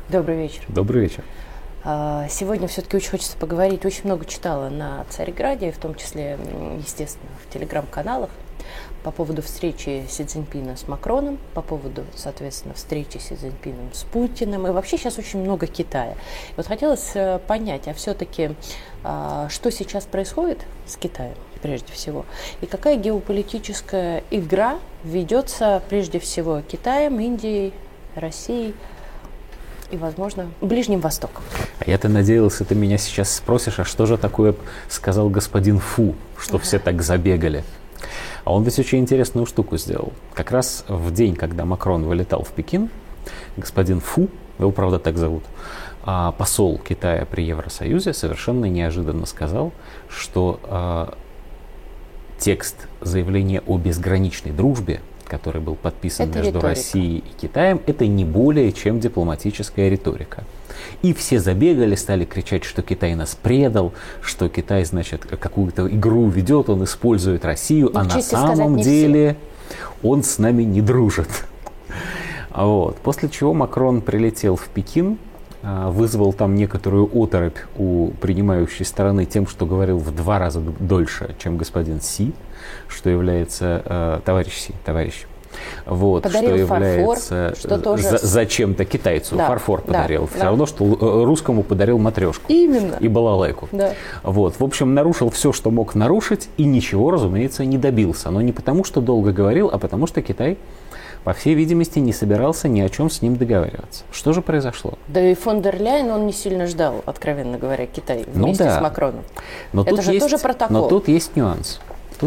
Добрый вечер. Добрый вечер. Сегодня все-таки очень хочется поговорить. Очень много читала на Царьграде, в том числе, естественно, в телеграм-каналах по поводу встречи Си Цзиньпина с Макроном, по поводу, соответственно, встречи Си Цзиньпином с Путиным. И вообще сейчас очень много Китая. И вот хотелось понять, а все-таки что сейчас происходит с Китаем, прежде всего, и какая геополитическая игра ведется прежде всего Китаем, Индией, Россией и, возможно, Ближним Востоком. А я-то надеялся, ты меня сейчас спросишь, а что же такое сказал господин Фу, что все так забегали? А он ведь очень интересную штуку сделал. Как раз в день, когда Макрон вылетал в Пекин, господин Фу, его, правда, так зовут, посол Китая при Евросоюзе совершенно неожиданно сказал, что текст заявления о безграничной дружбе, который был подписан между Россией и Китаем, это не более чем дипломатическая риторика. И все забегали, стали кричать, что Китай нас предал, что Китай, значит, какую-то игру ведет, он использует Россию, а на самом деле он с нами не дружит. Вот. После чего Макрон прилетел в Пекин, вызвал там некоторую оторопь у принимающей стороны тем, что говорил в 2 раза дольше, чем господин Си, что является товарищ. Вот, подарил что является зачем-то китайцу фарфор подарил. Все равно, что русскому подарил матрешку. Именно. И балалайку. Да. Вот. В общем, нарушил все, что мог нарушить, и ничего, разумеется, не добился. Но не потому, что долго говорил, а потому, что Китай, по всей видимости, не собирался ни о чем с ним договариваться. Что же произошло? Да и фон дер Ляйен он не сильно ждал, откровенно говоря, Китай вместе с Макроном. Но это же тоже протокол. Но тут есть нюанс.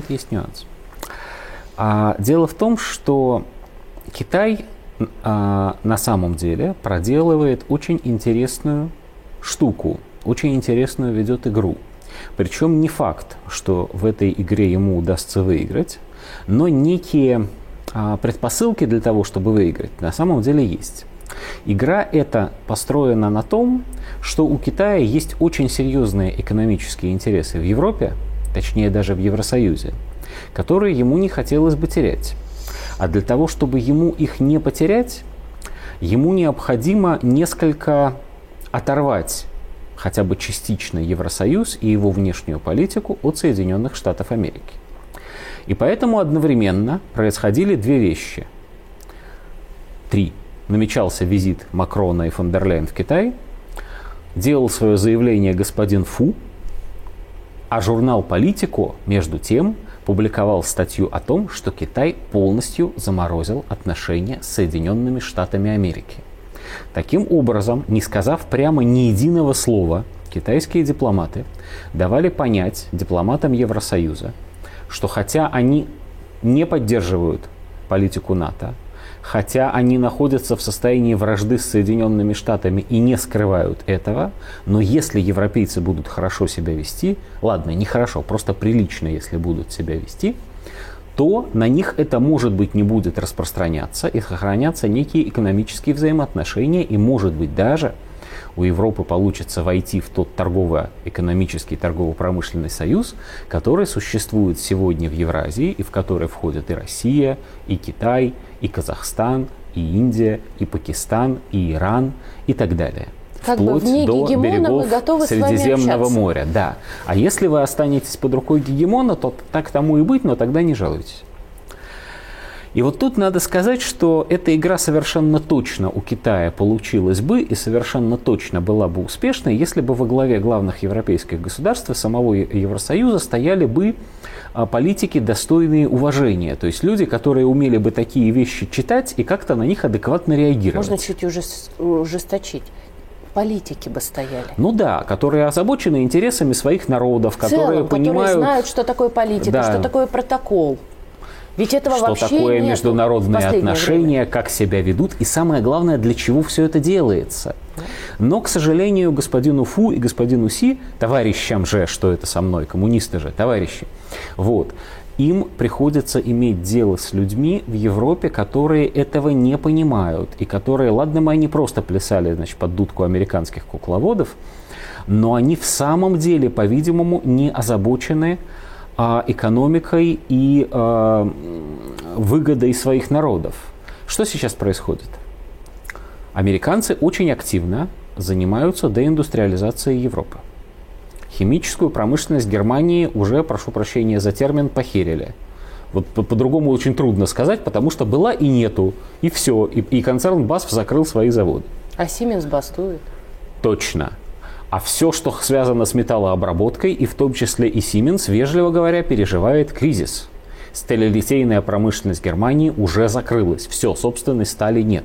Дело в том, что Китай на самом деле проделывает очень интересную штуку, очень интересную ведет игру. Причем не факт, что в этой игре ему удастся выиграть, но некие предпосылки для того, чтобы выиграть, на самом деле есть. Игра эта построена на том, что у Китая есть очень серьезные экономические интересы в Европе, точнее даже в Евросоюзе, которые ему не хотелось бы терять. А для того, чтобы ему их не потерять, ему необходимо несколько оторвать хотя бы частично Евросоюз и его внешнюю политику от Соединенных Штатов Америки. И поэтому одновременно происходили 2 вещи. 3. Намечался визит Макрона и фон дер Ляйен в Китай, делал свое заявление господин Фу, а журнал «Политико» между тем публиковал статью о том, что Китай полностью заморозил отношения с Соединенными Штатами Америки. Таким образом, не сказав прямо ни единого слова, китайские дипломаты давали понять дипломатам Евросоюза, что хотя они не поддерживают политику НАТО, хотя они находятся в состоянии вражды с Соединенными Штатами и не скрывают этого, но если европейцы будут хорошо себя вести, ладно, не хорошо, просто прилично, если будут себя вести, то на них это, может быть, не будет распространяться и сохранятся некие экономические взаимоотношения, и, может быть, даже у Европы получится войти в тот торгово-экономический, торгово-промышленный союз, который существует сегодня в Евразии, и в который входят и Россия, и Китай, и Казахстан, и Индия, и Пакистан, и Иран, и так далее. Вплоть до берегов Средиземного моря. Да. А если вы останетесь под рукой гегемона, то так тому и быть, но тогда не жалуйтесь. И вот тут надо сказать, что эта игра совершенно точно у Китая получилась бы и совершенно точно была бы успешной, если бы во главе главных европейских государств и самого Евросоюза стояли бы политики, достойные уважения. То есть люди, которые умели бы такие вещи читать и как-то на них адекватно реагировать. Можно чуть ужесточить. Политики бы стояли. Ну да, которые озабочены интересами своих народов, которые понимают... Которые знают, что такое политика, что такое протокол. Ведь этого что вообще такое нет международные отношения, как себя ведут, и самое главное, для чего все это делается. Но, к сожалению, господину Фу и господину Си, товарищам же, что это со мной, коммунисты же, товарищи, вот, им приходится иметь дело с людьми в Европе, которые этого не понимают, и которые, ладно, мы они просто плясали, значит, под дудку американских кукловодов, но они в самом деле, по-видимому, не озабочены экономикой и выгодой своих народов. Что сейчас происходит? Американцы очень активно занимаются деиндустриализацией Европы. Химическую промышленность Германии уже, прошу прощения за термин, похерили. Вот по-другому очень трудно сказать, потому что была и нету, и все. И концерн BASF закрыл свои заводы. А Siemens бастует. Точно. А все, что связано с металлообработкой, и в том числе и Siemens, вежливо говоря, переживает кризис. Сталелитейная промышленность Германии уже закрылась. Все, собственной стали нет.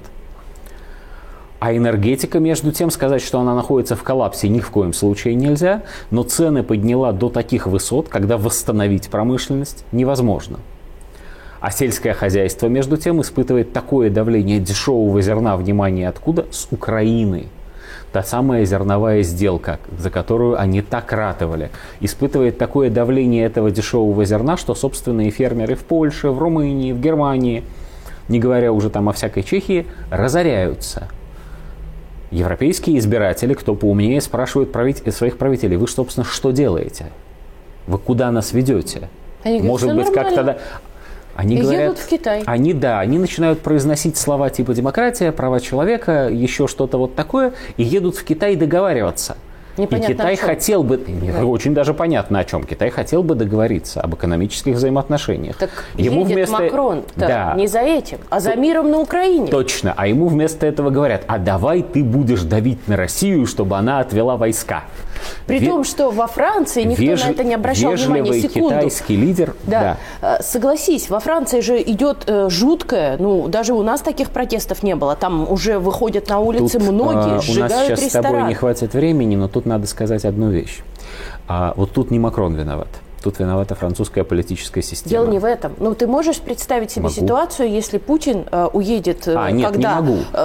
А энергетика, между тем, сказать, что она находится в коллапсе, ни в коем случае нельзя, но цены подняла до таких высот, когда восстановить промышленность невозможно. А сельское хозяйство, между тем, испытывает такое давление дешевого зерна, внимание, откуда? С Украины. Та самая зерновая сделка, за которую они так ратовали, испытывает такое давление этого дешевого зерна, что собственные фермеры в Польше, в Румынии, в Германии, не говоря уже там о всякой Чехии, разоряются. Европейские избиратели, кто поумнее, спрашивают своих правителей: вы, собственно, что делаете? Вы куда нас ведете? Они говорят, может быть, как тогда... Они говорят, едут в Китай. Они начинают произносить слова типа демократия, права человека, еще что-то вот такое, и едут в Китай договариваться. Непонятно, и Китай хотел бы, очень даже понятно о чем, Китай хотел бы договориться об экономических взаимоотношениях. Так едет Макрон-то не за этим, а за миром на Украине. Точно, а ему вместо этого говорят: а давай ты будешь давить на Россию, чтобы она отвела войска. При том, что во Франции никто на это не обращал внимания. Секунду. Китайский лидер. Да. Согласись, во Франции же идет жуткое, даже у нас таких протестов не было. Там уже выходят на улицы многие, сжигают рестораны. У нас сейчас с тобой не хватит времени, но тут надо сказать одну вещь. Вот тут не Макрон виноват. Тут виновата французская политическая система. Дело не в этом. Ты можешь представить себе ситуацию, если Путин уедет, когда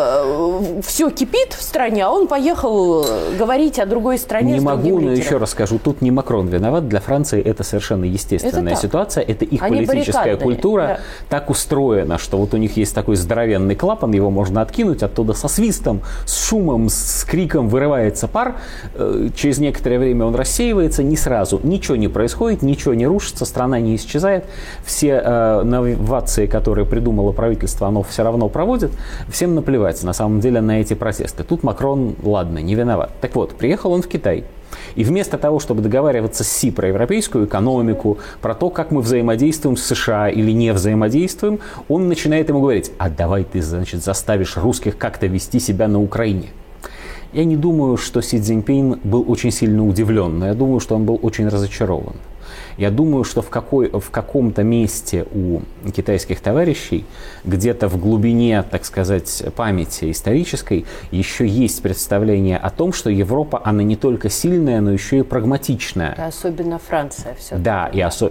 все кипит в стране, а он поехал говорить о другой стране. Не могу, но еще раз скажу, тут не Макрон виноват. Для Франции это совершенно естественная ситуация. Это их политическая культура так устроена, что вот у них есть такой здоровенный клапан, его можно откинуть, оттуда со свистом, с шумом, с криком вырывается пар. Через некоторое время он рассеивается, не сразу. Ничего не происходит, ничего не рушится, страна не исчезает, все новации, которые придумало правительство, оно все равно проводит, всем наплевать на самом деле на эти протесты. Тут Макрон, ладно, не виноват. Так вот, приехал он в Китай, и вместо того, чтобы договариваться с Си про европейскую экономику, про то, как мы взаимодействуем с США или не взаимодействуем, он начинает ему говорить: а давай ты, значит, заставишь русских как-то вести себя на Украине. Я не думаю, что Си Цзиньпин был очень сильно удивлен, но я думаю, что он был очень разочарован. Я думаю, что в каком-то месте у китайских товарищей, где-то в глубине, так сказать, памяти исторической, еще есть представление о том, что Европа, она не только сильная, но еще и прагматичная. Особенно Франция все-таки. Да,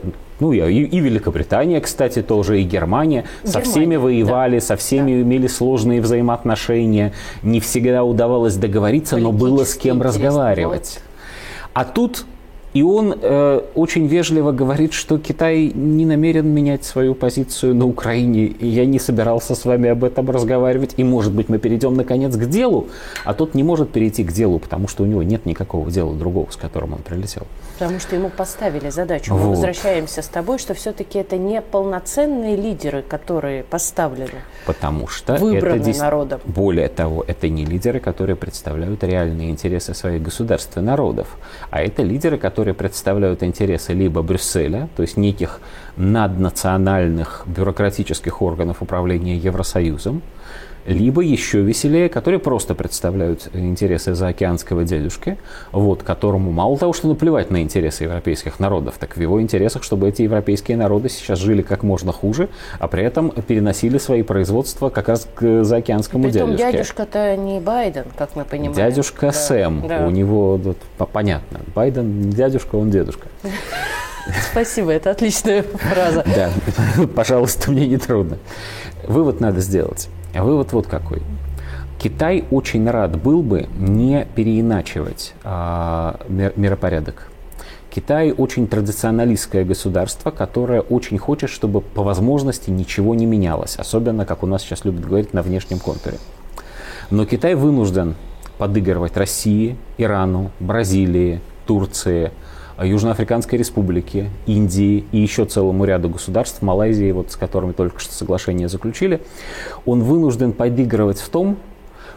и Великобритания, кстати, тоже, и Германия. Со всеми воевали, со всеми имели сложные взаимоотношения. Не всегда удавалось договориться, но было с кем разговаривать. А тут... И он очень вежливо говорит, что Китай не намерен менять свою позицию на Украине, и я не собирался с вами об этом разговаривать, и, может быть, мы перейдем, наконец, к делу, а тот не может перейти к делу, потому что у него нет никакого дела другого, с которым он прилетел. Потому что ему поставили задачу. Мы возвращаемся с тобой, что все-таки это не полноценные лидеры, которые поставлены. Потому что выбраны народом. Более того, это не лидеры, которые представляют реальные интересы своих государств и народов, а это лидеры, которые представляют интересы либо Брюсселя, то есть неких наднациональных бюрократических органов управления Евросоюзом, либо еще веселее, которые просто представляют интересы заокеанского дядюшки, которому мало того, что наплевать на интересы европейских народов, так в его интересах, чтобы эти европейские народы сейчас жили как можно хуже, а при этом переносили свои производства как раз к заокеанскому дядюшке. Притом дядюшка-то не Байден, как мы понимаем. Дядюшка Сэм. Да. У него понятно. Байден дядюшка, он дедушка. Спасибо, это отличная фраза. Да, пожалуйста, мне не трудно. Вывод надо сделать. Вывод вот какой. Китай очень рад был бы не переиначивать миропорядок. Китай очень традиционалистское государство, которое очень хочет, чтобы по возможности ничего не менялось. Особенно, как у нас сейчас любят говорить, на внешнем контуре. Но Китай вынужден подыгрывать России, Ирану, Бразилии, Турции, Южноафриканской Республики, Индии и еще целому ряду государств, Малайзии, с которыми только что соглашение заключили. Он вынужден подыгрывать в том,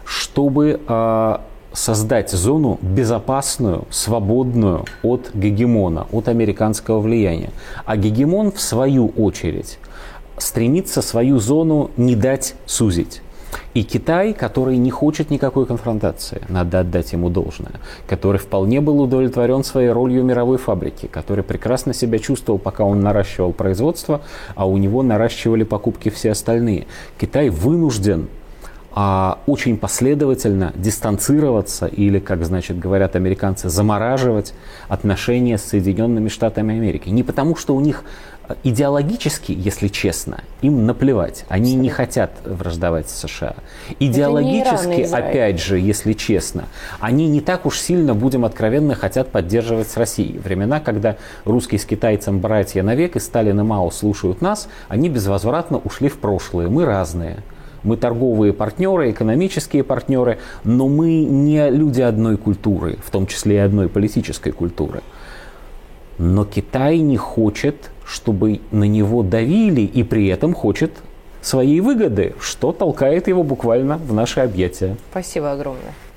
чтобы создать зону безопасную, свободную от гегемона, от американского влияния. А гегемон, в свою очередь, стремится свою зону не дать сузить. И Китай, который не хочет никакой конфронтации, надо отдать ему должное, который вполне был удовлетворен своей ролью мировой фабрики, который прекрасно себя чувствовал, пока он наращивал производство, а у него наращивали покупки все остальные. Китай вынужден очень последовательно дистанцироваться или, как, значит, говорят американцы, замораживать отношения с Соединенными Штатами Америки. Не потому, что у них идеологически, если честно, им наплевать. Они не хотят враждовать с США. Идеологически, опять же, если честно, они не так уж сильно, будем откровенны, хотят поддерживать с Россией. Времена, когда русские с китайцем братья навек и Сталин и Мао слушают нас, они безвозвратно ушли в прошлое. Мы разные. Мы торговые партнеры, экономические партнеры, но мы не люди одной культуры, в том числе и одной политической культуры. Но Китай не хочет, чтобы на него давили, и при этом хочет своей выгоды, что толкает его буквально в наши объятия. Спасибо огромное.